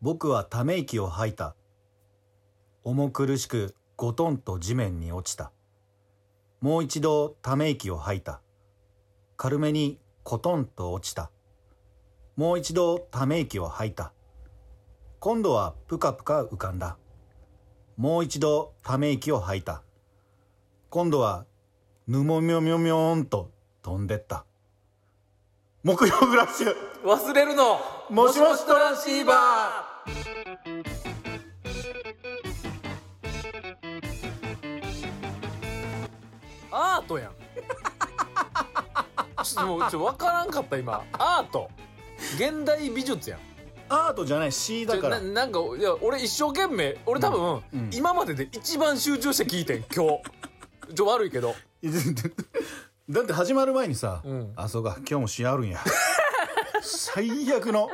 僕はため息を吐いた。重苦しくゴトンと地面に落ちた。もう一度ため息を吐いた。軽めにコトンと落ちた。もう一度ため息を吐いた。今度はぷかぷか浮かんだ。もう一度ため息を吐いた。今度はぬもみょみょみょーんと飛んでった。木曜フラッシュ忘れるのもしもしトランシーバー。 アートやんちょっと分からんかった今。アート現代美術やん。 アートじゃない C だからなんかいや俺一生懸命俺多分、今までで一番集中して聞いてん今日。悪いけどだって始まる前にさ、 あそうか今日も試合あるんや最悪の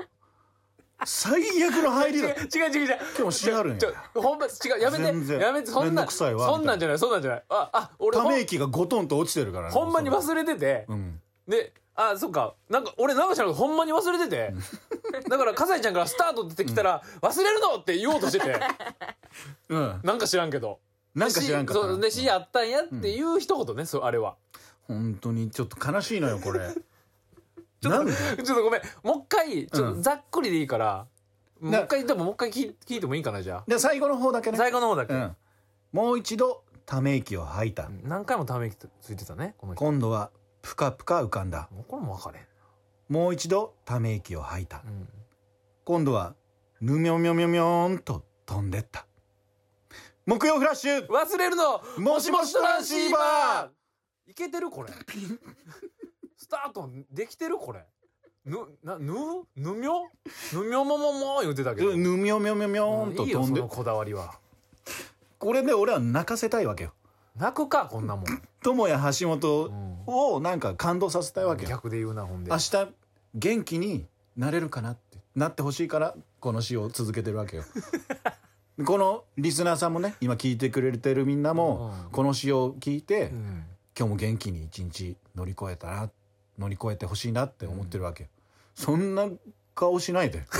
入りだ。 違う今日も試合あるんや。 ほんま違うやめてそんなんじゃない俺ため息がゴトンと落ちてるからね。 ほんまに忘れてて、でそっかなんか俺なんか知らんけどほんまに忘れててだから笠井ちゃんからスタート出てきたら、忘れるのって言おうとしててなんか知らんけどなんか知らんかったそうで試合あったんやっていう一言ね、あれは本当にちょっと悲しいのよこれちょっとごめんもう一回ざっくりでいいから、もう一回聞いてもいいかな。じゃあで最後の方だけね。 最後の方だけ、 もう一度ため息を吐いた。 何回もため息ついてたねこの人。 今度はぷかぷか浮かんだ。 もうこれも分かれん。 もう一度ため息を吐いた、今度はぬみょみょみょみょーんと飛んでった。木曜フラッシュ忘れるのもしもしトランシーバー。いけてるこれスタートできてるこれ。ぬみょももも言ってたけど、 ぬみょみょみょみょーんと飛んで。 いいよそのこだわりは。 これで俺は泣かせたいわけよ。 泣くかこんなもん。 友や橋本をなんか感動させたいわけよ。 逆で言うな。ほんで明日元気になれるかなってなってほしいからこの詩を続けてるわけよこのリスナーさんもね今聞いてくれてるみんなもこの詩を聞いて、今日も元気に一日乗り越えてほしいなって思ってるわけよ、そんな顔しないで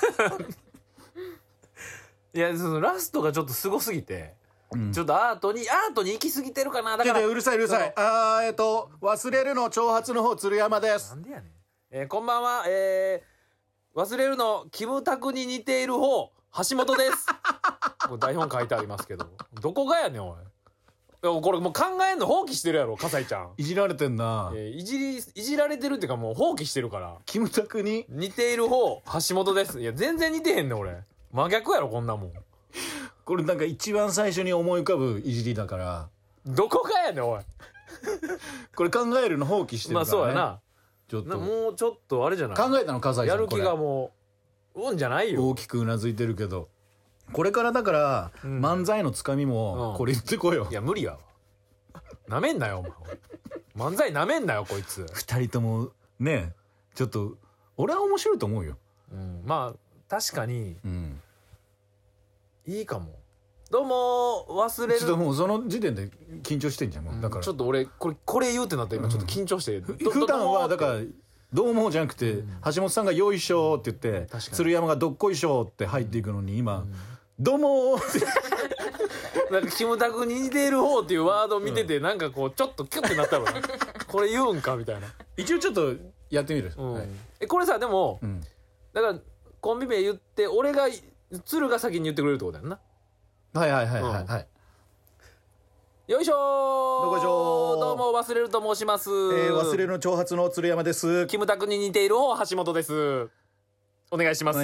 いやそのラストがちょっとすごすぎて、ちょっとアートに行き過ぎてるかな。だからうるさい忘れるの長髪の方鶴山です。 なんでやねん。こんばんは。忘れるのキムタクに似ている方橋本です台本書いてありますけどどこがやねんおい。これもう考えんの放棄してるやろ笠井ちゃん。 いじられてんな。 いじられてるっていうかもう放棄してるから。 キムタクに似ている方橋本です。いや全然似てへんねん俺。真逆やろこんなもん。 これなんか一番最初に思い浮かぶいじりだからどこがやねんおいこれ考えるの放棄してるからね。 そうやな。 ちょっともうちょっとあれじゃない。 考えたの笠井さん。 やる気がもうじゃないよ。 大きくうなずいてるけどこれからだから、漫才のつかみもこれ言ってこいよ。 いや無理やわ。なめんなよお前漫才なめんなよこいつ。 二人ともねちょっと俺は面白いと思うよ。 まあ確かに、いいかも。どうも忘れる。 ちょっともうその時点で緊張してんじゃんもう。だからちょっと俺これ言うってなったら今ちょっと緊張して、 普段はだからどうもじゃなくて、橋本さんがよいしょって言って鶴山がどっこいしょって入っていくのに今、どうもってなんかキムタクに似ている方っていうワードを見てて、なんかこうちょっとキュッてなったのなこれ言うんかみたいな。 一応ちょっとやってみる、 これさでも、だからコンビ名言って俺が鶴が先に言ってくれるってことやんな。 はいはいはいはい、 よいしょー。 どこいしょー。 どうも忘れると申します。 忘れるの長髪の鶴山です。 キムタクに似ている方橋本です。お願いします。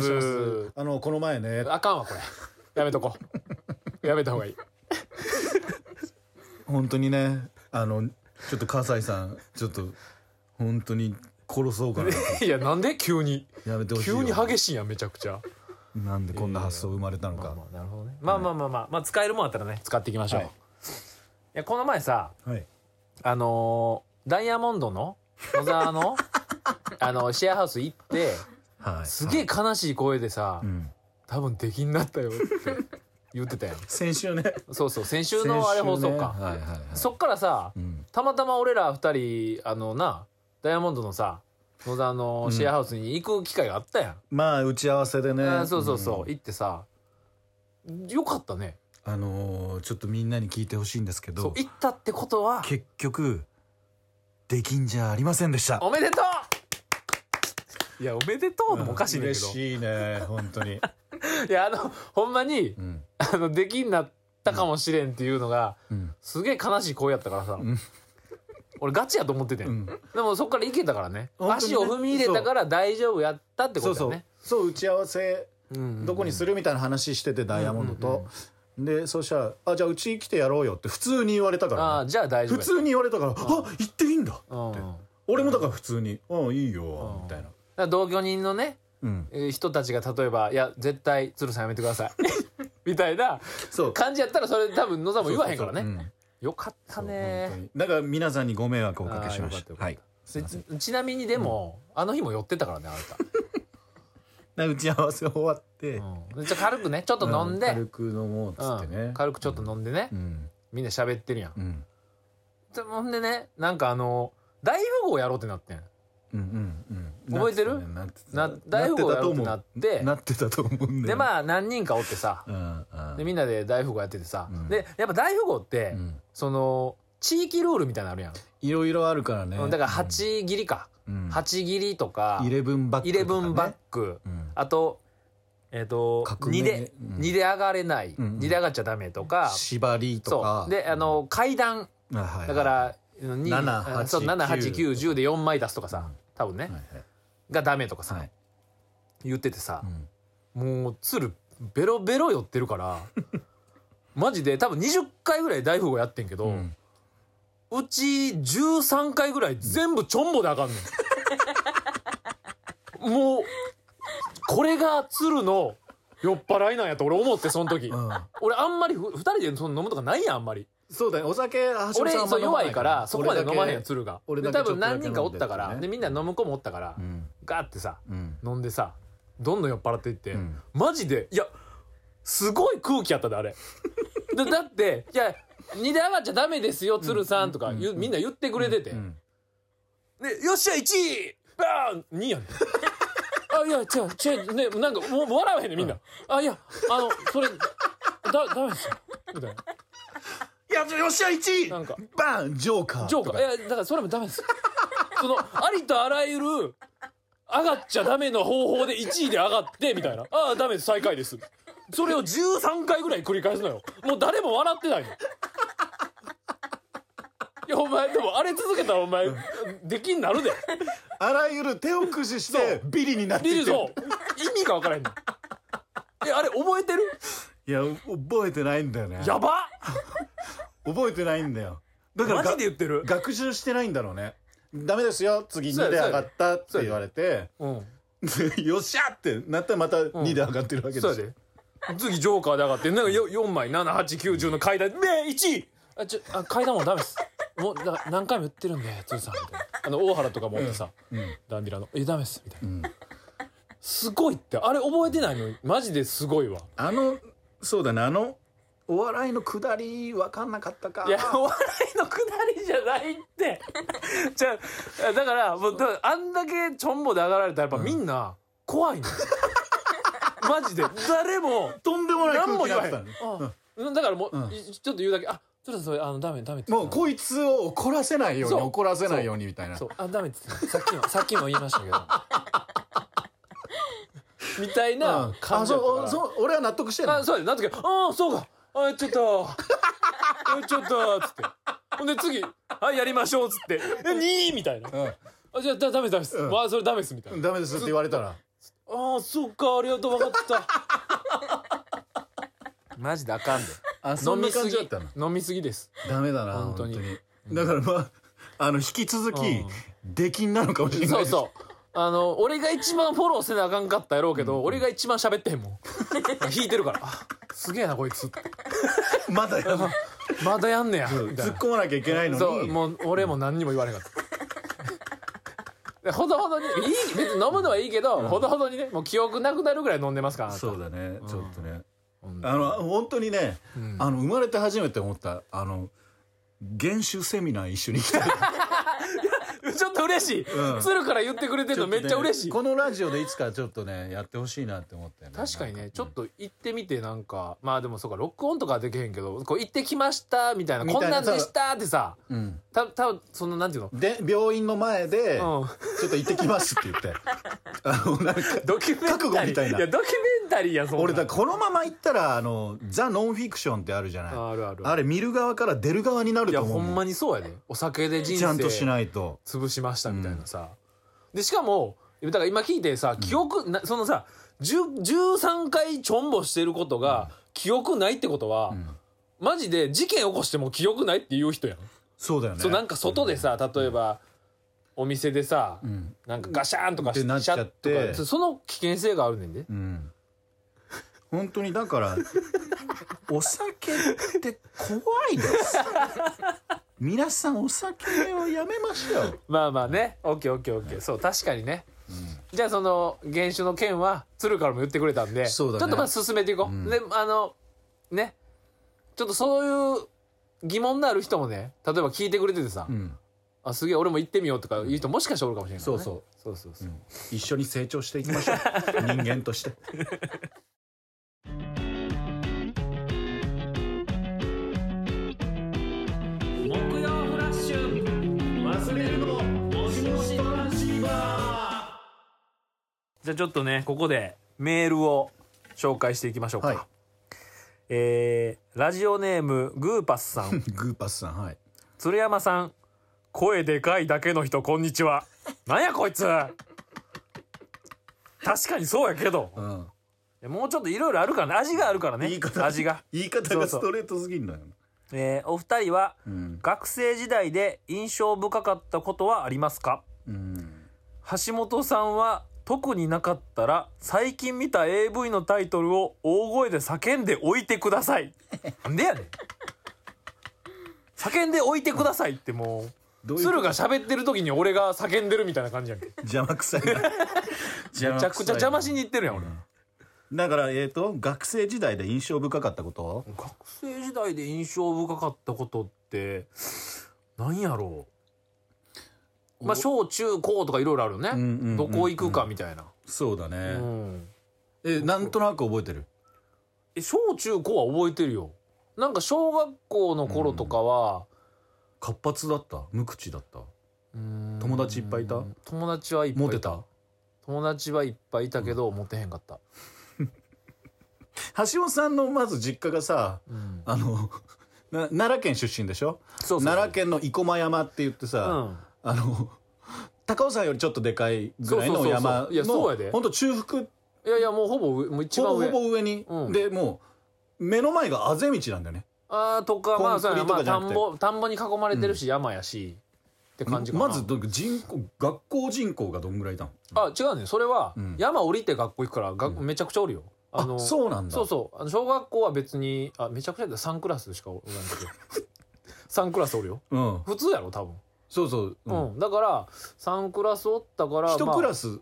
この前ねあかんわこれやめとこうやめた方がいい本当にねちょっと笠井さんちょっと本当に殺そうかな。 いやなんで急にやめてほしいよ。 急に激しいやんめちゃくちゃ。 なんでこんな発想生まれたのか。 なるほどね。まあ使えるもんあったらね使っていきましょう。いやこの前さ、ダイヤモンドの野沢のシェアハウス行って、すげえ悲しい声でさ、多分出禁になったよって言ってたやん先週ね。 そう先週のあれ放送か。そっからさ、たまたま俺ら2人ダイヤモンドのさ野沢のシェアハウスに行く機会があったやん、 まあ打ち合わせでね。 そうそうそう、行ってさよかったね。 ちょっとみんなに聞いてほしいんですけど、 そう行ったってことは結局できんじゃありませんでした。 おめでとう。いやおめでとうのもおかしいねんけど、 嬉しいね本当に。 いやほんまに、できんなったかもしれんっていうのが、すげえ悲しい声やったからさ、俺ガチやと思ってて、でもそっから行けたからね、足を踏み入れたから大丈夫やったってことだよね。 そう打ち合わせどこにするみたいな話してて、ダイヤモンドと。でそうしたら「じゃあうち来てやろうよ」って普通に言われたからね。 じゃあ大丈夫。 普通に言われたから「行っていいんだ」って。俺もだから普通に「いいよ」みたいな。 だから同居人のね人たちが例えば「いや絶対鶴さんやめてください」みたいな感じやったら、それ多分野沢も言わへんからね。よかったね。 だから皆さんにご迷惑をおかけしました。 ちなみにでもあの日も寄ってたからね、あなた。 打ち合わせ終わって、 じゃ軽くねちょっと飲んで、 軽く飲もうっつってね、 軽くちょっと飲んでね、みんな喋ってるやん。ほんでね、なんか大富豪やろうってなってん。覚えてる？大富豪やろうってなってたと思うんだよ。 でまあ何人かおってさ、でみんなで大富豪やっててさ、でやっぱ大富豪ってその地域ルールみたいなのあるやん。 いろいろあるからね。 だから8切りか、8切りとかイレブンバック、 イレブンバック、あと2で上がれない、2で上がっちゃダメとか、 縛りとかで階段だから78910で4枚出すとかさ、多分ねがダメとかさ言っててさ、もう鶴ベロベロ寄ってるからマジで多分20回ぐらい大富豪やってんけど、うち13回ぐらい全部ちょんぼであかんねん。もうこれが鶴の酔っ払いなんやと俺思って、その時俺あんまり2人でその飲むとかないやん、あんまり。 そうだよ、お酒俺そう弱いからそこまで飲まへんよ鶴が。で多分何人かおったから、でみんな飲む子もおったからガーってさ飲んでさ、どんどん酔っ払っていって、マジでいやすごい空気やったであれ。だっていや2で上がっちゃダメですよ鶴さんとかみんな言ってくれてて、でよっしゃ1位バーン2やねん。いや違うね、なんかもう笑わへんねみんな。いやそれダメですよみたいな。 いやよっしゃ1位なんかバンジョーカーいやだからそれもダメです。そのありとあらゆる上がっちゃダメの方法で1位で上がってみたいな。ダメです、最下位です。それを13回ぐらい繰り返すのよ。もう誰も笑ってないの。いやお前でもあれ続けたらお前できんなるで。 あらゆる手を駆使してビリになっていって、 そう意味が分からへんの。あれ覚えてる？ いや覚えてないんだよね。 やば覚えてないんだよ。だからマジで言ってる？ 学習してないんだろうね。ダメですよ次2で上がったって言われて、よっしゃってなったらまた2で上がってるわけですよ。 次ジョーカーで上がってなんか4枚78910の階段で1位階段もダメです。もう何回も言ってるんで鶴さんみたいな。大原とかもおってさ、ダンディラのダメですみたいな。すごいって、あれ覚えてないのマジですごいわ。 そうだね、お笑いのくだり分かんなかったか。 いやお笑いのくだりじゃないってじゃあだからもうあんだけちょんぼで上がられたらやっぱみんな怖いのよ。マジで誰もとんでもない空気になってただからもうちょっと言うだけ鶴さんそれダメってもうこいつを怒らせないように怒らせないようにみたいな。 そうダメってさっきも言いましたけどみたいな感じだから。 俺は納得してる。 そうだ納得。そうかちょっとつってほんで次やりましょうっつって2位みたいな。じゃあダメです、それダメですみたいな。 ダメですって言われたらそっかありがとう分かったマジであかんで。飲みすぎです。 ダメだな本当に。だから引き続き出禁なのかもしれない。 そう俺が一番フォローせなあかんかったやろうけど、俺が一番喋ってへんもん。引いてるからすげえなこいつまだやんねや突っ込まなきゃいけないのに。 そうもう俺も何にも言われなかったほどほどに別に飲むのはいいけど、ほどほどにね、もう記憶なくなるぐらい飲んでますから。 そうだね、ちょっとね本当にね、生まれて初めて思った原種セミナー一緒に行きたい。 ちょっと嬉しい、鶴から言ってくれてるのめっちゃ嬉しい、 このラジオでいつかちょっとねやってほしいなって思ってね。 確かにね、ちょっと行ってみて、なんかまあでもそうか、録音とかはできへんけど、こう行ってきましたみたいな、こんなんでしたってさ、多分そのなんていうので病院の前で、ちょっと行ってきますって言ってなんかドキュメンタリー覚悟みたいな。 いやドキュメンタリーやそんな。 俺このまま行ったらザ・ノンフィクションってあるじゃない。あれ見る側から出る側になると思う。 いやほんまにそうやで、お酒で人生ちゃんとしないと潰しましたみたいなさ、でしかもだから今聞いてさ、記憶そのさ13回ちょんぼしてることが記憶ないってことは、マジで事件起こしても記憶ないっていう人やん。 そうだよね。 そうなんか外でさ、例えばお店でさ、なんかガシャーンとかしちゃってその危険性があるねんで。 本当にだからお酒って怖いです皆さんお酒をやめましょう。 まあまあね、オッケーオッケーオッケー、そう確かにね、じゃあその原酒の件は鶴からも言ってくれたんで、 そうだね、 ちょっとまあ進めていこう、でね、ちょっとそういう疑問のある人もね、例えば聞いてくれててさ、あすげえ俺も行ってみようとかいう人もしかしておるかもしれないからね。そうそう、 一緒に成長していきましょう人間として木曜フラッシュ忘れるのもしもしトランシーバー。じゃあちょっとねここでメールを紹介していきましょうか。ラジオネームグーパスさんグーパスさん、はい。 鶴山さん、声でかいだけの人こんにちは。なんやこいつ確かにそうやけど、もうちょっといろいろあるからね、味があるからね、 言い方がストレートすぎんのよ。 お二人は、学生時代で印象深かったことはありますか？橋本さんは特になかったら最近見た AV のタイトルを大声で叫んでおいてください。なんでやねん叫んでおいてくださいってもう鶴が喋ってる時に俺が叫んでるみたいな感じやんけ。 邪魔くさいなめちゃくちゃ邪魔しに行ってるやん俺。 だから学生時代で印象深かったこと？ 学生時代で印象深かったことって何やろう。まあ小中高とかいろいろあるよね、どこ行くかみたいな。 そうだね、なんとなく覚えてる？ 小中高は覚えてるよ。なんか小学校の頃とかは、 活発だった？無口だった？友達いっぱいいた？ 友達はいっぱいいた。 モテた？ 友達はいっぱいいたけど、モテへんかった。 橋本さんのまず実家がさ、奈良県出身でしょ？奈良県の生駒山って言ってさ、高尾山よりちょっとでかいぐらいの山のほんと中腹。いやいやもうほぼもう一番上、 ほぼ上に、でもう目の前があぜ道なんだよね。 とかまあ田んぼに囲まれてるし、山やしって感じかな。 まず学校人口がどんぐらいいたの？ 違うね、それは山降りて学校行くからめちゃくちゃおるよ。 そうなんだ。 そう小学校は別にめちゃくちゃ3クラスしかおらんけど3クラスおるよ、普通やろ多分。そう、だから3クラスおったから 1クラス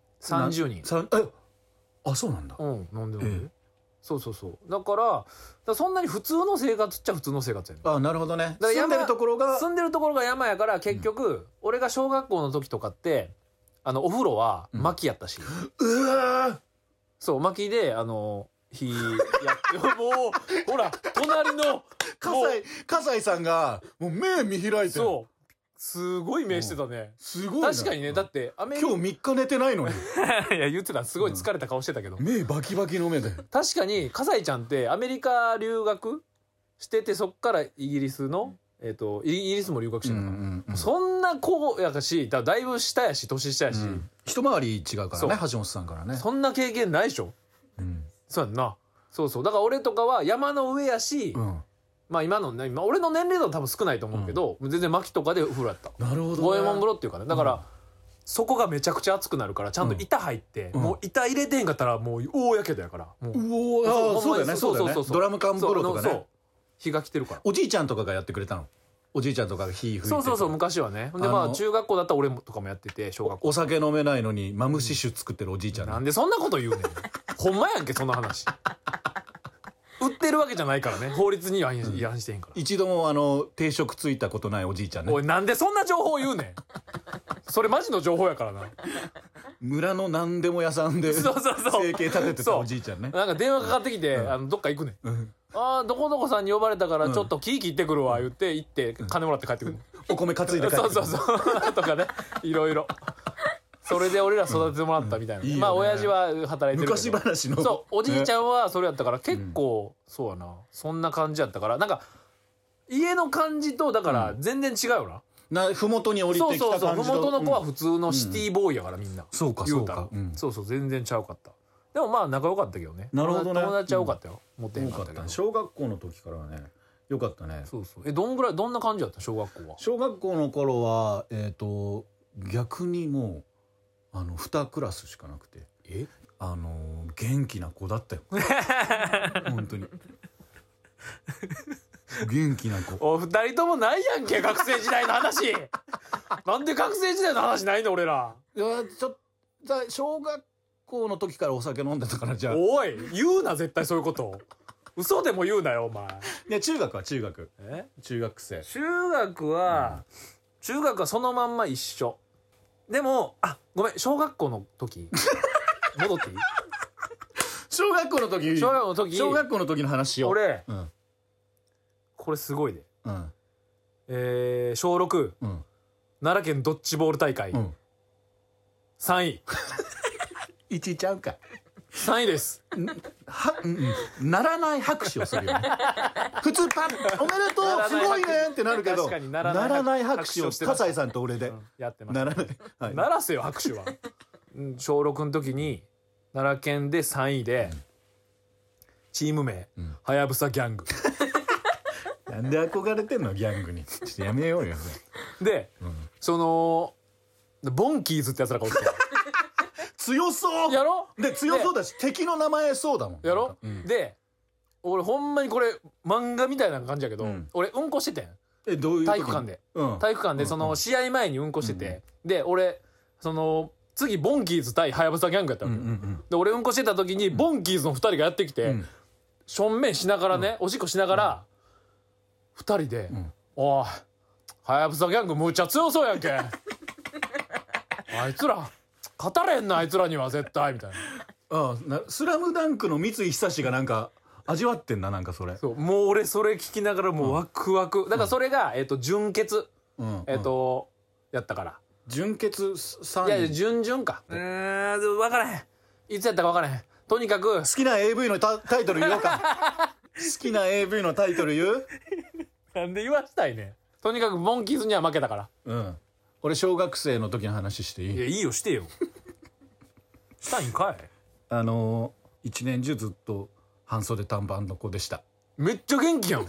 30人。 そうなんだ。 なんでそうだからそんなに普通の生活っちゃ普通の生活やねん。 なるほどね。住んでるところが山やから、結局俺が小学校の時とかってお風呂は薪やったし、そう薪で火やってもうほら隣の笠井さんがもう目見開いて、 そうすごい目してたね。 すごいな。 確かにね、だって今日3日寝てないのにいや言ってた、すごい疲れた顔してたけど、 目バキバキの目で。 確かに笠井ちゃんってアメリカ留学してて、そっからイギリスのイギリスも留学してるのか、そんな子やし、だいぶ下やし年下やし、 一回り違うからね、橋本さんからね。 そんな経験ないでしょ。そうやんな。そうだから俺とかは山の上やし、まあ今俺の年齢度は多分少ないと思うけど、全然薪とかで風呂やった。 なるほどね。 五右衛門風呂っていうかね、だからそこがめちゃくちゃ熱くなるから、ちゃんと板入ってもう板入れてんかったらもう大やけどやから、もうそうだよね、そうだよね。ドラム缶風呂とかね、 火が来てるから。 おじいちゃんとかがやってくれたの？おじいちゃんとかが火吹いて。 そう昔はね。でまあ中学校だったら俺とかもやってて、小学校お酒飲めないのにマムシ酒作ってるおじいちゃん。 なんでそんなこと言うねんほんまやんけその話売ってるわけじゃないからね、法律には違反してへんから。 一度も定食ついたことないおじいちゃんね。 おいなんでそんな情報言うねんそれマジの情報やからな。 村の何でも屋さんでそうそうそう生計立ててたおじいちゃんね。 なんか電話かかってきて、どっか行くねん。ああどこどこさんに呼ばれたからちょっと木切ってくるわ言って行って金もらって帰ってくる。 お米担いで帰ってくる。 そうそうそうとかね、いろいろ。それで俺ら育ててもらったみたいな。 いいよねまあ親父は働いてるけど。 昔話の。 そうおじいちゃんはそれやったから結構そうやな、そんな感じやったから、なんか家の感じとだから全然違うよな。 ふもとに降りてきた感じの。 ふもとの子は普通のシティボーイやからみんな。 そうかそうか。 そうそう全然ちゃうかった。でもまあ仲良かったけどね。 なるほどね。 友達は多かったよ。持ってへんかったけど。 小学校の時からはねよかったね。 そうそう。どんな感じだった小学校は。 小学校の頃は逆にもう2クラスしかなくて元気な子だったよ。本当に元気な子。 お二人ともないやんけ学生時代の話。なんで学生時代の話ないの俺ら。 いや小学校の時からお酒飲んでたからじゃあ。 おい言うな絶対そういうこと。嘘でも言うなよお前。 いや中学は中学生。 中学はそのまんま一緒。でもごめん小学校の時戻っていい？ 小学校の時の話しよう。 俺、これすごいで、小6、奈良県ドッジボール大会、3位 1位ちゃうか。 3位です。 ならない拍手をするよね。普通パッおめでとうすごいねってなるけど、ならない拍手を笠井さんと俺でやってました。 ならない。 鳴らせよ拍手は。小6の時に奈良県で3位で、チーム名はやぶさギャング。 なんで憧れてんのギャングに。ちょっとやめようよ。 で、そのボンキーズってやつらがおって。 強そうやろで強そうだし敵の名前そうだもんやろ、で俺ほんまにこれ漫画みたいな感じやけど、俺うんこしててん。 どういう体育館でその試合前にうんこしてて、で俺その次ボンキーズ対はやぶさギャングやったわけ、で俺うんこしてた時にボンキーズの2人がやってきて、しょんべんしながらね、おしっこしながら2人で「おいはやぶさギャングむっちゃ強そうやんけ。あいつら語れんなあいつらには絶対」みたいな。 スラムダンクの三井久志がなんか味わってんな、なんかそれ。 そうもう俺それ聞きながらもうワクワク、だからそれが準決やったから。 準決3位。 いや準々か。分からへんいつやったか分からへん。とにかく好きな AV のタイトル言おうか。好きな AV のタイトル言う？ なんで言わしたいねん。とにかくボンキーズには負けたから。 俺小学生の時の話していい？ いやいいよしてよ。したいんかい。 一年中ずっと半袖短パンの子でした。 めっちゃ元気やん。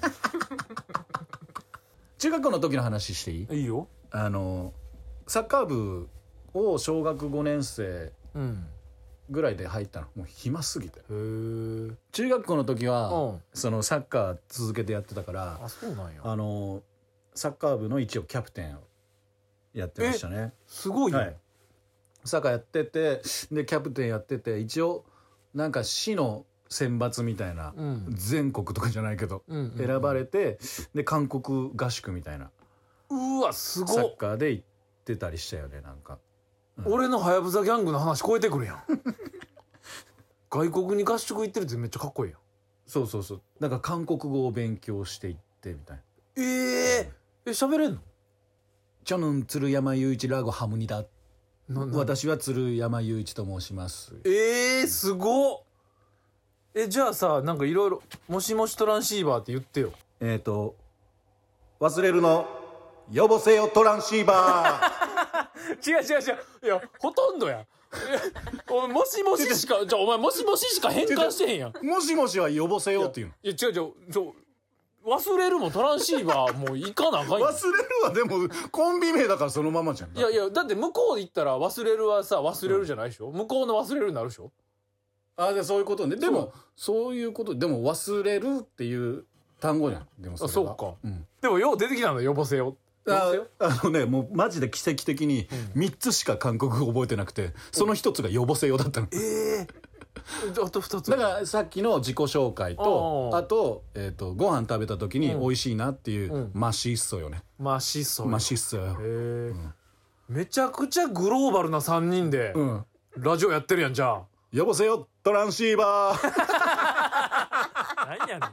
中学校の時の話していい？ いいよ。 サッカー部を小学5年生ぐらいで入ったの。もう暇すぎて。中学校の時はそのサッカー続けてやってたから、 そうなんや。 サッカー部の一応キャプテンをやってましたね。 すごいよ。 サッカーやってて、でキャプテンやってて、一応なんか市の選抜みたいな、全国とかじゃないけど選ばれて、で韓国合宿みたいな、 うわすごいサッカーで行ってたりしたよね。なんか、 俺のはやぶさギャングの話超えてくるやん。外国に合宿行ってるってめっちゃかっこいいやん。 そうそうそう。だから韓国語を勉強していってみたいな。 喋れんの？ チョヌン鶴山雄一ラゴハムニダ。私は鶴山雄一と申します。 すごっ。じゃあさ、なんかいろいろもしもしトランシーバーって言ってよ。 忘れるの呼ぼせよトランシーバー。違ういやほとんどや。お前もしもししかお前もしもししか変換してへんやん。 もしもしは呼ぼせよっていうの。 いや違う忘れるもトランシーバーもういかなあかんやん。 忘れるはでもコンビ名だからそのままじゃん。 いやだって向こう行ったら忘れるはさ忘れるじゃないでしょ、向こうの忘れるになるでしょ。 でそういうことね。でもそういうことでも忘れるっていう単語じゃん。でもそれはそうか、でもよう出てきたの呼ぼせよ。 もうマジで奇跡的に3つしか韓国語覚えてなくて、その1つが呼ぼせよだったの。 あと2つだからさっきの自己紹介と、あとご飯食べた時に美味しいなっていうマシッソよね。 マシッソよ。 めちゃくちゃグローバルな3人でうんラジオやってるやん。じゃあ呼ばせよトランシーバー何やねん。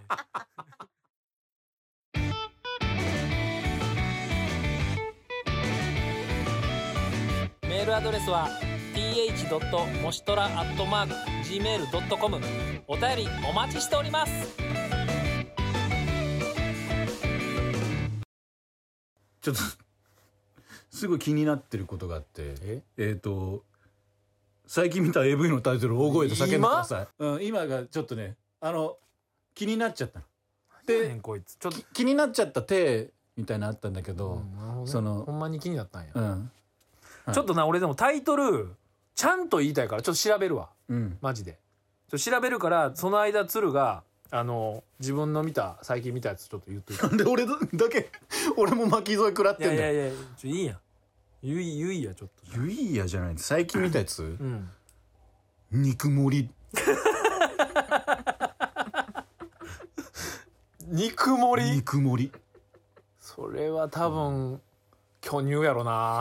メールアドレスは th.moshitola@gmail.com。 お便りお待ちしております。 ちょっとすごい気になってることがあって、最近見た AV のタイトルを大声で叫んでください。今がちょっとね気になっちゃったので、 こいつちょっと気になっちゃった手みたいなのあったんだけど、そのほんまに気になったんや、 はいちょっとな俺でもタイトルちゃんと言いたいからちょっと調べるわ、マジでちょっと調べるから、その間鶴が自分の最近見たやつちょっと言っといて。 なんで俺だけ俺も巻き添え食らってんだよ。 いやいいやん、ゆいやちょっとゆいやじゃない、最近見たやつ、 うん肉盛り肉盛り。 肉盛りそれは多分巨乳やろな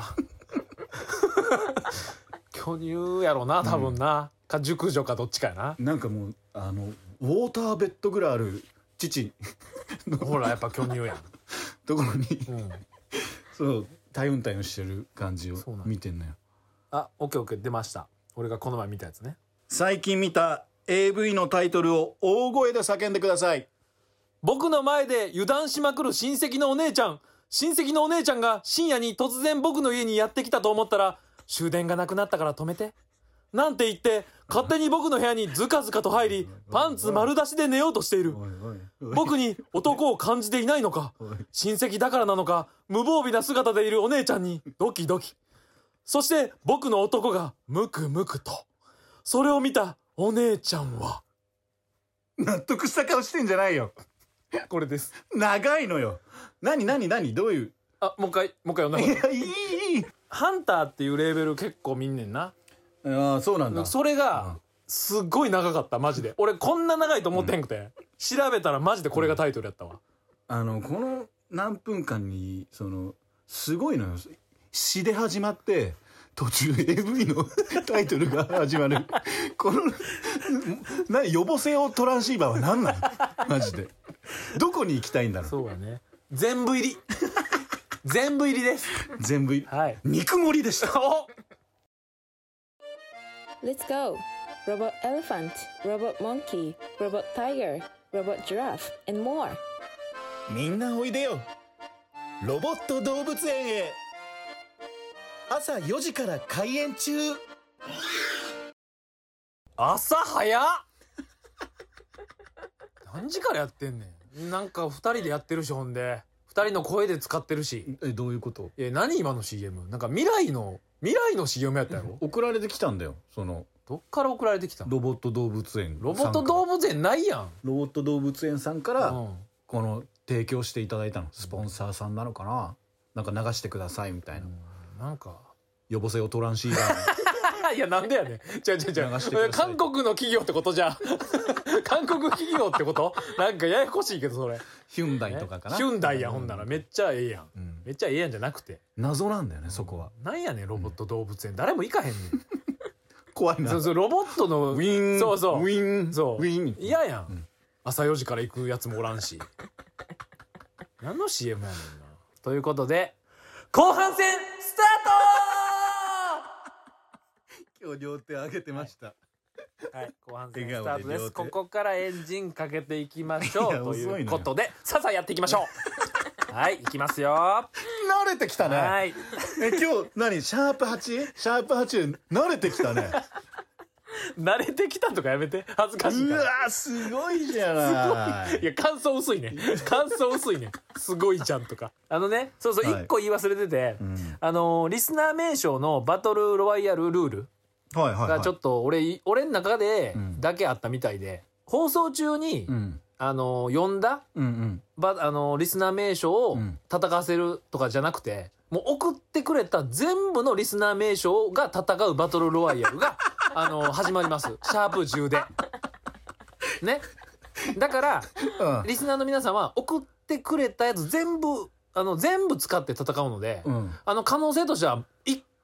巨乳やろな多分な、か熟女かどっちかやな。 なんかもうウォーターベッドぐらいある父ほらやっぱ巨乳やん、 ところにうんそう体運体をしてる感じをそうなん見てんのよ。 あ、オッケー出ました。俺がこの前見たやつね。 最近見た AV のタイトルを大声で叫んでください。 僕の前で油断しまくる親戚のお姉ちゃんが深夜に突然僕の家にやってきたと思ったら、終電がなくなったから止めてなんて言って勝手に僕の部屋にズカズカと入り、パンツ丸出しで寝ようとしている。僕に男を感じていないのか、親戚だからなのか、無防備な姿でいるお姉ちゃんにドキドキ。そして僕の男がムクムクと。それを見たお姉ちゃんは納得した顔してんじゃないよ。 これです。 長いのよ。何どういう。 もう一回読んだ方がいい。 いやいいハンターっていうレーベル結構見んねんな。 ああそうなんだ。 それがすっごい長かったマジで。俺こんな長いと思ってへんくて、調べたらマジでこれがタイトルやったわ。 この何分間にすごいのよ。詩で始まって途中 AV のタイトルが始まるこの呼ぼせよトランシーバーは何なのマジで。どこに行きたいんだろう。 そうやね。全部入り全部入りです。 全部入り、 はい、 肉盛りでした。 お Let's go! Robot elephant, robot monkey, robot tiger, robot giraffe, and more. みんなおいでよロボット動物園へ。朝4時から開園中。 朝早っ何時からやってんねん。なんか2人でやってるし、ほんで2人の声で使ってるし。 どういうこと。 何今の CM。 なんか未来の CM やったやろ。 送られてきたんだよ。 どっから送られてきたの。 ロボット動物園。 ロボット動物園ないやん。 ロボット動物園さんから、 うん、 この提供していただいたの。スポンサーさんなのかな。なんか流してくださいみたいな、 なんか呼ぼせよトランシーバーいやなんでやねん。違う韓国の企業ってことじゃ韓国企業ってこと。なんかややこしいけど、それヒュンダイとかかな。 ヒュンダイや。ほんならめっちゃええやん、めっちゃええやんじゃなくて謎なんだよね、そこは。 なんやねんロボット動物園。誰も行かへんねん怖いな。 そうロボットのウィーンそうウィーンそうウィーン嫌やん、朝4時から行くやつもおらんし何の CM やねんな。ということで後半戦スタ今日両手上げてました、 はい、後半戦スタートです。 笑顔で両手ここからエンジンかけていきましょいうやと遅いのよいうことでさあやっていきましょうはい、いきますよ。 慣れてきたね。 はい今日何シャープ 8？ シャープ8で慣れてきたね。 慣れてきたとかやめて、恥ずかしいうから。 わすごいじゃない。 いや感想薄いねすごいじゃんとか。そうそう、 はい 1個言い忘れてて、リスナー名称のバトルロワイヤルルールはいはいはいがちょっと俺の中でだけあったみたいで、放送中に呼んだリスナー名称を戦わせるとかじゃなくて、もう送ってくれた全部のリスナー名称が戦うバトルロワイヤルが始まります。シャープ10でね。だから、リスナーの皆さんは送ってくれたやつ全部使って戦うので、可能性としては1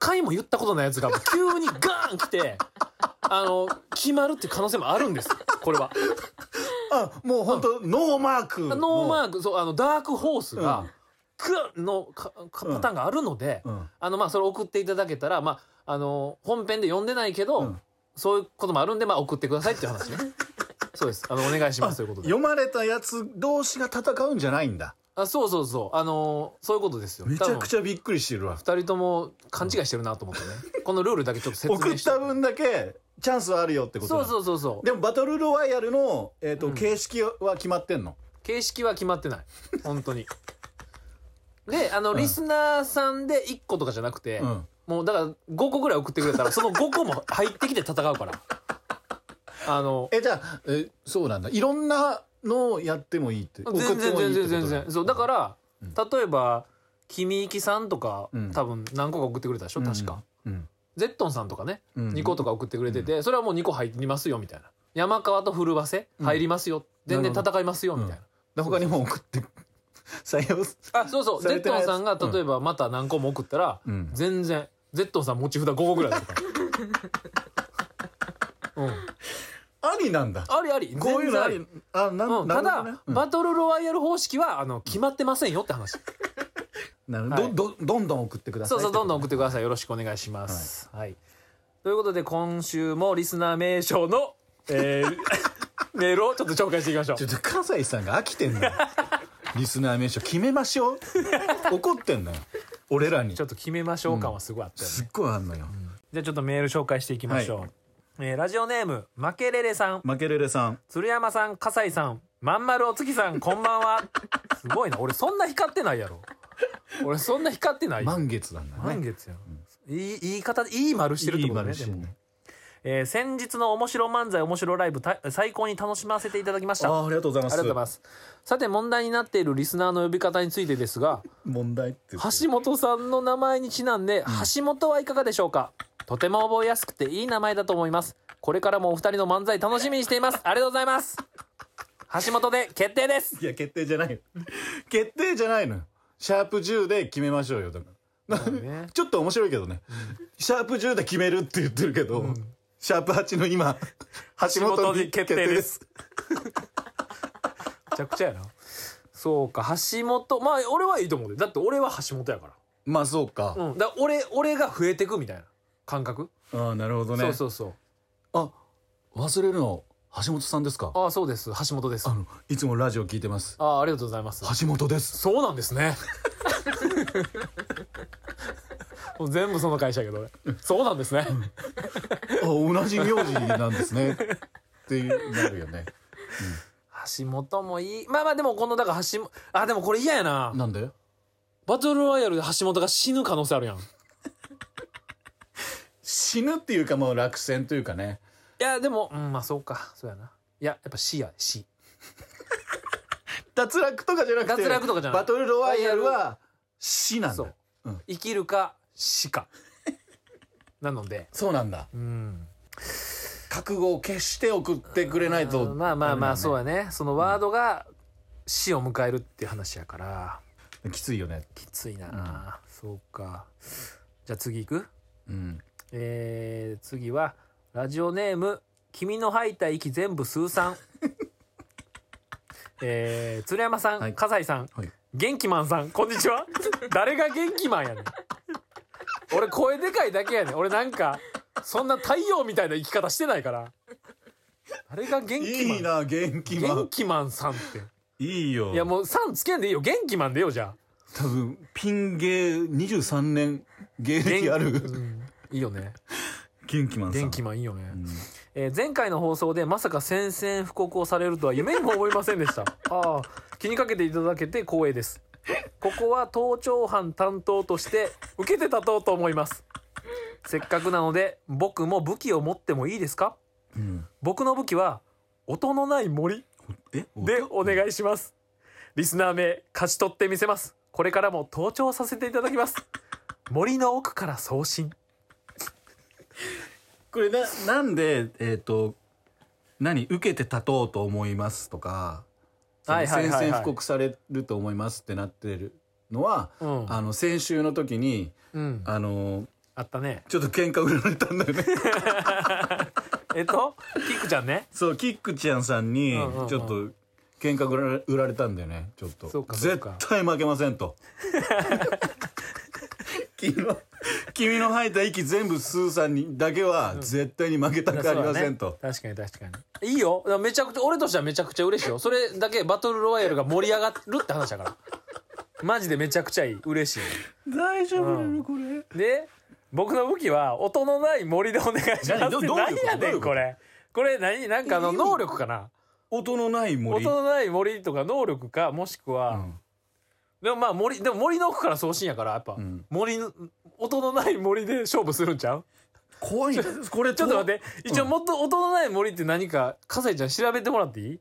回も言ったことないやつが急にガーン来て決まるっていう可能性もあるんですこれは。 もう本当ノーマークノーマーク、そうダークホースが、クのパターンがあるので、それ送っていただけたら、本編で読んでないけど、そういうこともあるんで、送ってくださいっていう話ね。そうです。お願いしますということで。 読まれたやつ同士が戦うんじゃないんだ。 そうそうそう。そういうことですよ。 めちゃくちゃびっくりしてるわ。 二人とも勘違いしてるなと思ってね。このルールだけちょっと説明して。 送った分だけチャンスはあるよってことだ。 そう。 でもバトルロワイヤルの、形式は決まってんの？ 形式は決まってない。本当に。で、リスナーさんで1個とかじゃなくて、もうだから5個ぐらい送ってくれたら、その5個も入ってきて戦うから。じゃあ、そうなんだ。いろんなのをやってもいいって。 全然。そう、だから、例えば、君きさんとか、多分何個か送ってくれたでしょ、確か。ゼットンさんとかね、2個とか送ってくれてて、それはもう2個入りますよ、みたいな。山川と古瀬入りますよ。全然戦いますよ、みたいな。 他にも送って採用そうゼットンさんが例えばまた何個も送ったら、全然ゼットンさん持ち札5個ぐらいだからありなんだ。 ありこういうのあり。 ただバトルロワイヤル方式は決まってませんよって話。 どんどん送ってください。 そうどんどん送ってください。よろしくお願いします。はいということで今週もリスナー名称のメールをちょっと紹介していきましょう。 ちょっと笠井さんが飽きてんのよ。リスナー名称決めましょう。怒ってんのよ俺らに。 ちょっと決めましょう感はすごいあったよね。 すっごいあんのよ。 じゃあちょっとメール紹介していきましょう。ラジオネームマケレレさん、鶴山さん、笠井さん、まんまるお月さん、こんばんは。すごいな。俺そんな光ってないやろ。俺そんな光ってないよ。 満月なんだね。 満月や。言い方いい丸してるってことね。でも先日の面白漫才面白ライブ最高に楽しませていただきました。 ありがとうございます。 ありがとうございます。さて問題になっているリスナーの呼び方についてですが、 問題って橋本さんの名前にちなんで、橋本はいかがでしょうか。とても覚えやすくていい名前だと思います。これからもお二人の漫才楽しみにしています。ありがとうございます。橋本で決定です。 いや決定じゃないよ。決定じゃないのよ。シャープ10で決めましょうよ。だからちょっと面白いけどね、シャープ10で決めるって言ってるけど、シャープ8の今橋本に決定です。 めちゃくちゃやな。そうか橋本、俺はいいと思うで。だって俺は橋本やから。 そうか。 だから俺が増えてくみたいな感覚。 なるほどね。 そう忘れるの橋本さんですか。 そうです。橋本です。 いつもラジオ聞いてます。 ありがとうございます。 橋本です。 そうなんですね。もう全部その会社やけどそうなんですね。 同じ名字なんですねってなるよね。 橋本もいい。でもこのだから橋本でもこれ嫌やな。 なんで？ バトルロワイヤルで橋本が死ぬ可能性あるやん。 死ぬっていうかもう落選というかね。 いやでもそうか、そうやな。いややっぱ死や死。 脱落とかじゃなくて、バトルロワイヤルは死なんだ。 生きるか死か。なのでそうなんだ。覚悟を決して送ってくれないと。 そうやね。そのワードが死を迎えるっていう話やからきついよね。 きついな。そうか。じゃあ次いく。次はラジオネーム君の吐いた息全部数さん。鶴山さん、笠井さん、元気マンさん、こんにちは。誰が元気マンやねん。俺声でかいだけやねん。俺なんかそんな太陽みたいな生き方してないから。誰が元気マン。 いいな元気マン。 元気マンさんっていいよ。 いやもうさんつけんでいいよ。元気マンでよ。じゃあ多分ピン芸23年芸歴ある。 いいよね。 元気マンさん。 元気マンいいよね。前回の放送でまさか宣戦布告をされるとは夢にも思いませんでした。気にかけていただけて光栄です。ここは盗聴犯担当として受けて立とうと思います。せっかくなので僕も武器を持ってもいいですか。僕の武器は音のない森でお願いします。リスナー名勝ち取ってみせます。これからも盗聴させていただきます。森の奥から送信。 これなんで受けて立とうと思いますとか宣戦布告されると思いますってなってるのは、先週の時に、 あったね。 ちょっと喧嘩売られたんだよねキックちゃんね。 そうキックちゃんさんにちょっと喧嘩売られたんだよね。ちょっとそうかそう絶か対負けませんと君の吐いた息全部吸うさんにだけは絶対に負けたくありませんと、 確かに確かにいいよ。めちゃくちゃ俺としてはめちゃくちゃ嬉しいよ。それだけバトルロワイヤルが盛り上がるって話だからマジでめちゃくちゃいい。嬉しいよ。 大丈夫なのこれ。 で僕の武器は音のない森でお願いしますってどういうこと何やねんこれ何なんか能力かな。 音のない森。 音のない森とか能力かもしくは、でもまあ森の奥から送信やからやっぱ、音のない森で勝負するんちゃう。 怖いこれちょっと待って一応もっと音のない森って何か笠井ちゃん調べてもらっていい？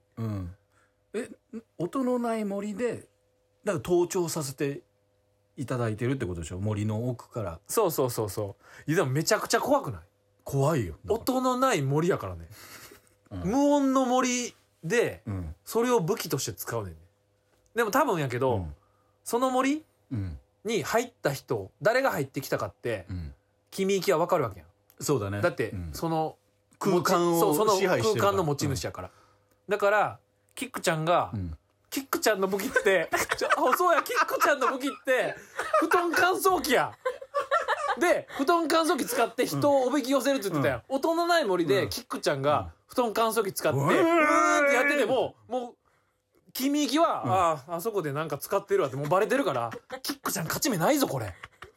音のない森でだから盗聴させていただいてるってことでしょ。森の奥から。 そういやでもめちゃくちゃ怖くない？ 怖いよ。 音のない森やからね、無音の森で、それを武器として使うねんね。でも多分やけど、その森、に入った人誰が入ってきたかって、君行きは分かるわけやん。 そうだね。 だって、その空間を支配してるから。 空間の持ち主やから、だからキックちゃんが、キックちゃんの武器ってそうやキックちゃんの武器って布団乾燥機やで布団乾燥機使って人をおびき寄せるって言ってたやん、音のない森でキックちゃんが布団乾燥機使ってうーんってやっててももう君行きは、あそこでなんか使ってるわってもうバレてるからキックちゃん勝ち目ないぞこれ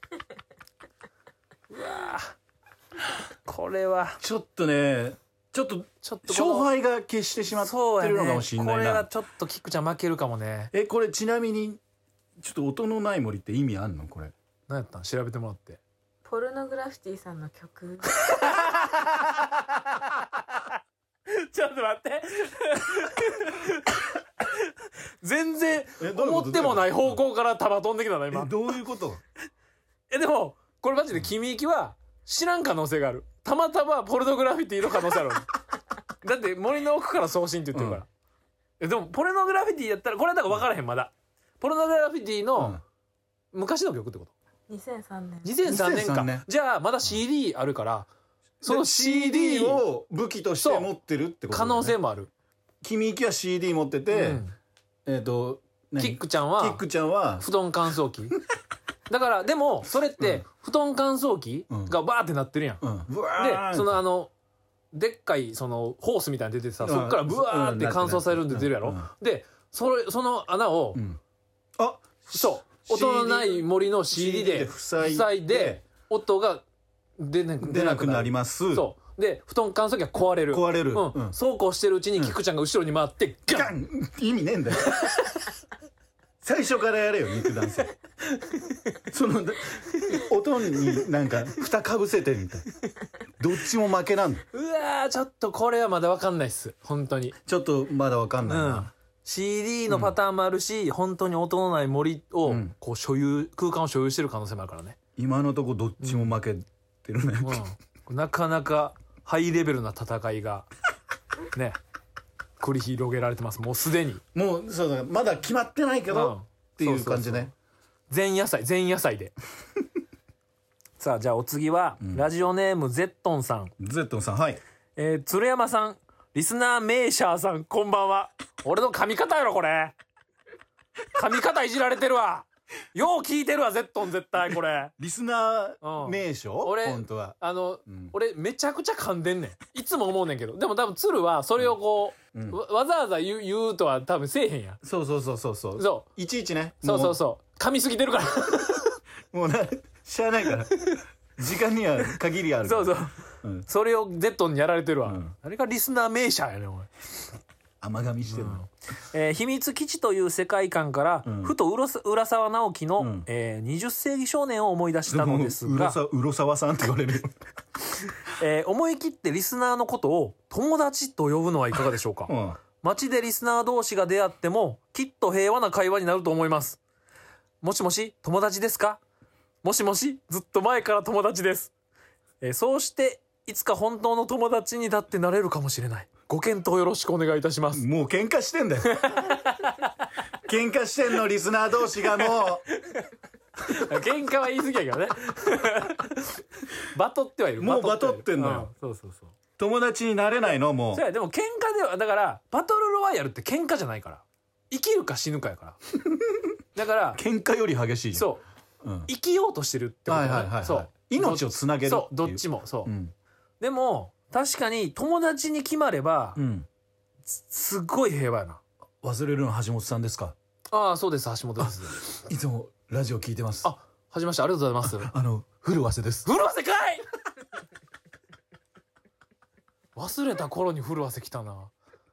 うわこれはちょっと勝敗が決してしまってるのかもしれないな。 これはちょっとキックちゃん負けるかもね。 これちなみにちょっと音のない森って意味あんのこれ。 何やったん調べてもらって。 ポルノグラフィティさんの曲ちょっと待って全然思ってもない方向から球飛んできたな今。 どういうこと？ でもこれマジで君行きは知らん可能性がある。たまたまポルノグラフィティの可能性あるだって森の奥から送信って言ってるから、でもポルノグラフィティやったらこれはだから分からへん。まだポルノグラフィティの昔の曲ってこと？ 2003年 2003年か。じゃあまだ CD あるからその CD を武器として持ってるってことだよね。 可能性もある。 君行きは CD 持ってて、 キックちゃんは布団乾燥機だからでもそれって布団乾燥機がバーってなってるやん、でそのでっかいそのホースみたいに出てさ、そっからブワーって乾燥されるんで出るやろ、でその穴を、そう音のない森の CD で塞いで音が出なくなります。そうで布団乾燥機が壊れるそうこうしてるうちにキックちゃんが後ろに回ってガン意味ねえんだよ最初からやれよ肉弾戦その音になんか蓋かぶせてみたいどっちも負けなんだ。 うわちょっとこれはまだ分かんないっす本当に。 ちょっとまだ分かんないな、 CD のパターンもあるし、本当に音のない森をこう空間を所有してる可能性もあるからね。 今のとこどっちも負けてるね、 なかなかハイレベルな戦いがね繰り広げられてます。もうすでにもうそうだまだ決まってないけど、っていう感じね。 前夜祭でさあじゃあお次は、ラジオネームゼットンさん。 はい。 鶴山さん、リスナーメーシャーさん、こんばんは。俺の髪型やろこれ。髪型いじられてるわ。よう聞いてるわゼットン絶対これ。 リスナー名称？ 俺本当は俺めちゃくちゃ噛んでんねん。いつも思うねんけど、でも多分鶴はそれをこう、わざわざ言うとは多分せえへんやん。 そういちいちね。 そう噛みすぎてるからもうしゃあないから時間には限りあるから。 それをゼットンにやられてるわ。あれがリスナー名車やねんおい。 甘噛みしてるの。 秘密基地という世界観から、ふと浦沢直樹の、20世紀少年を思い出したのですが、 浦沢さんって言われるよ思い切ってリスナーのことを友達と呼ぶのはいかがでしょうか。街でリスナー同士が出会ってもきっと平和な会話になると思います。もしもし友達ですか。もしもしずっと前から友達です。そうしていつか本当の友達にだってなれるかもしれない。ご検討よろしくお願いいたします。 もう喧嘩してんだよ喧嘩してんのリスナー同士がもう喧嘩は言い過ぎやけどねバトってはいる。 もうバトってんのよ、 そうそうそう。 友達になれないのもう。 そうや、でも喧嘩ではだからバトルロワイヤルって喧嘩じゃないから、生きるか死ぬかやからだから喧嘩より激しいじゃん。 そう、生きようとしてるってことね。そう命をつなげるっていう。 そうどっちもそう、でも確かに友達に決まれば、すっごい平和やな。 忘れるの橋本さんですか？ ああ、そうです、橋本です。 いつもラジオ聞いてます。 あ、はじめまして、ありがとうございます。 古わせです。 古わせかい忘れた頃に古わせ来たな。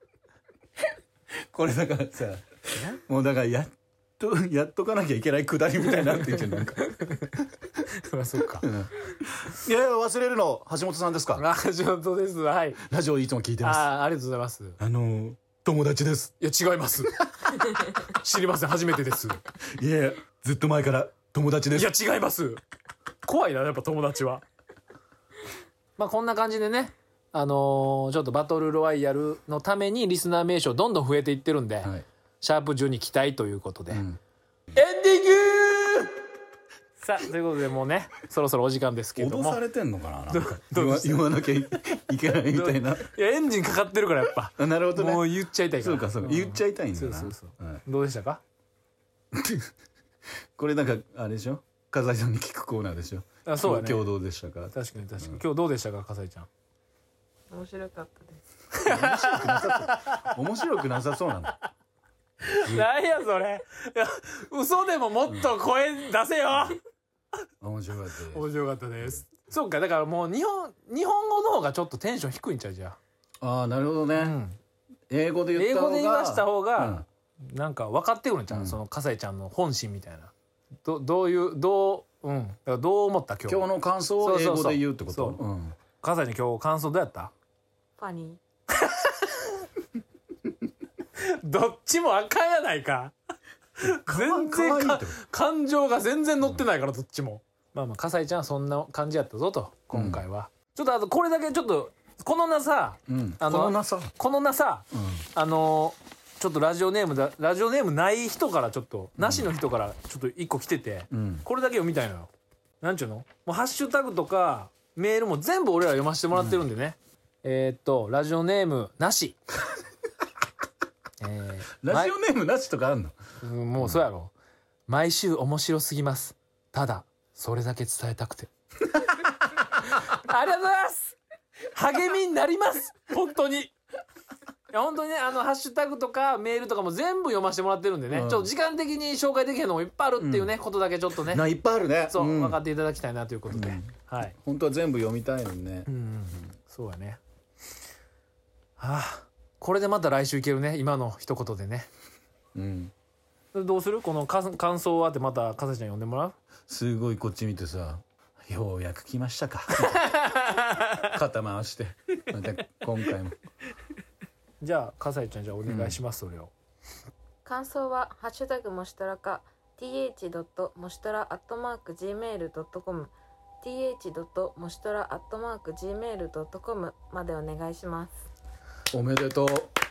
これだからさ、もうだからやっとかなきゃいけないくだりみたいになってんじゃんなんかそうか。 いや忘れるの橋本さんですか？ 橋本です。はい。 ラジオいつも聞いてます。 ありがとうございます。 友達です。 いや違います。知りません、初めてです。 いやずっと前から友達です。 いや違います。怖いな、やっぱ友達は。まあこんな感じでね、ちょっとバトルロワイヤルのためにリスナー名称どんどん増えていってるんで、シャープ12期待ということで、エンディングさあということでもうねそろそろお時間ですけども。 脅されてんのかな、なんか言わなきゃいけないみたいな。いやエンジンかかってるからやっぱなるほどね。 もう言っちゃいたいから。 そうか言っちゃいたいんだな。 どうでしたか？ これなんかあれでしょ、笠井さんに聞くコーナーでしょ。 あ、そうやね。 今日どうでしたか？ 確かに確かに、今日どうでしたか笠井ちゃん？ 面白かったです。 面白くなさそうなんだ。 何やそれ。いや嘘でももっと声出せよ。 面白かったです。 面白かったです。そうか、だからもう日本語の方がちょっとテンション低いんちゃうじゃああなるほどね、英語で言わした方が、なんか分かってくるんちゃう、その笠井ちゃんの本心みたいな。どうだからどう思った今日の感想を英語で言うってこと？ 笠井に今日感想どうやった？ ファニー。 どっちもあかんやないか。全然感情が全然乗ってないからどっちも。まあまあ笠井ちゃんはそんな感じやったぞと今回は、ちょっとあとこれだけちょっとこのなさ、このなさ、ちょっとラジオネームない人からちょっと、なしの人からちょっと一個来てて、これだけ読みたいのよ。なんちゅうの？もうハッシュタグとかメールも全部俺ら読ませてもらってるんでね。ラジオネームなし。 ラジオネームなしとかあんの？ もうそうやろ。毎週面白すぎます。ただそれだけ伝えたくて。ありがとうございます。励みになります。本当に。いや本当にね、ハッシュタグとかメールとかも全部読ませてもらってるんでね、ちょっと時間的に紹介できへんのもいっぱいあるっていうね、ことだけちょっとね、 いっぱいあるね。 そう、分かっていただきたいなということで、はい。 本当は全部読みたいのにね。 そうやね。はあ、これでまた来週いけるね、今の一言でね。どうする？この感想はってまた笠井ちゃん呼んでもらう？ すごいこっち見てさ、ようやく来ましたか。肩回してまた今回も。 じゃあ笠井ちゃん、じゃあお願いします、それを。 感想はハッシュタグもしとらか th. もしとら @gmail.com th. もしとら @gmail.com までお願いします。 おめでとう。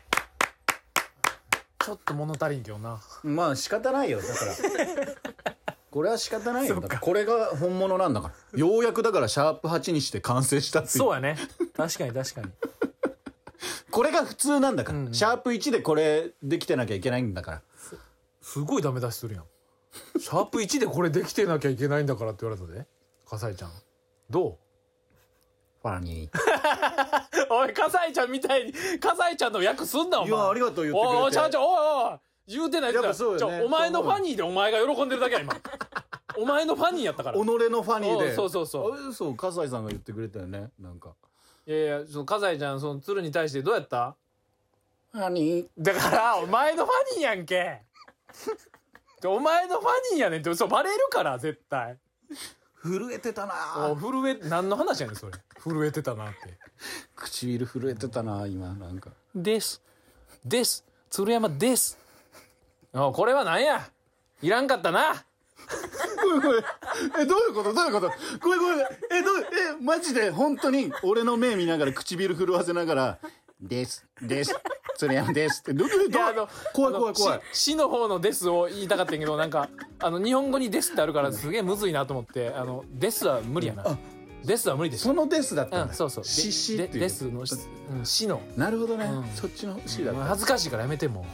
ちょっと物足りんけどな。 まあ仕方ないよ、だからこれは仕方ないよ。だからこれが本物なんだから。ようやくだからシャープ8にして完成したっていう。 そうやね、確かに確かに。 これが普通なんだから、シャープ1でこれできてなきゃいけないんだから。 すごいダメ出しするやん。シャープ1でこれできてなきゃいけないんだからって言われたで。笠井ちゃんどう？ ファニー。 おい笠井ちゃんみたいに笠井ちゃんの役すんなお前。 いやありがとう言ってくれて。 おい言うてない。やっぱそうよね。お前のファニーでお前が喜んでるだけや今。お前のファニーやったから。 己のファニーで。 そうそう笠井さんが言ってくれたよね、なんか。 いやその笠井ちゃんその鶴に対してどうやった？ ファニーだからお前のファニーやんけ。お前のファニーやねんって。そうバレるから絶対。 震えてたな。 何の話やねんそれ。震えてたなって。 唇震えてたな今なんか。 です鶴山です。これは何や、いらんかったな。 どういうことこれマジで本当に俺の目見ながら唇震わせながらです鶴山ですって怖い死の方のですを言いたかったんやけど、なんか日本語にですってあるからすげえむずいなと思って、ですは無理やな。 ですは無理でしょ。 そのですだったんだ。 そうそう。 しっていう。 ですのしの。 なるほどね。 うんそっちのしだった。 恥ずかしいからやめても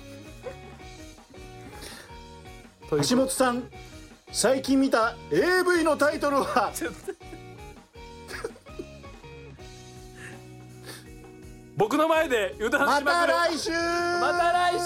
う。 橋本さん、最近見た AV のタイトルは。 僕の前で油断ましまくる。 た来週。 また来週。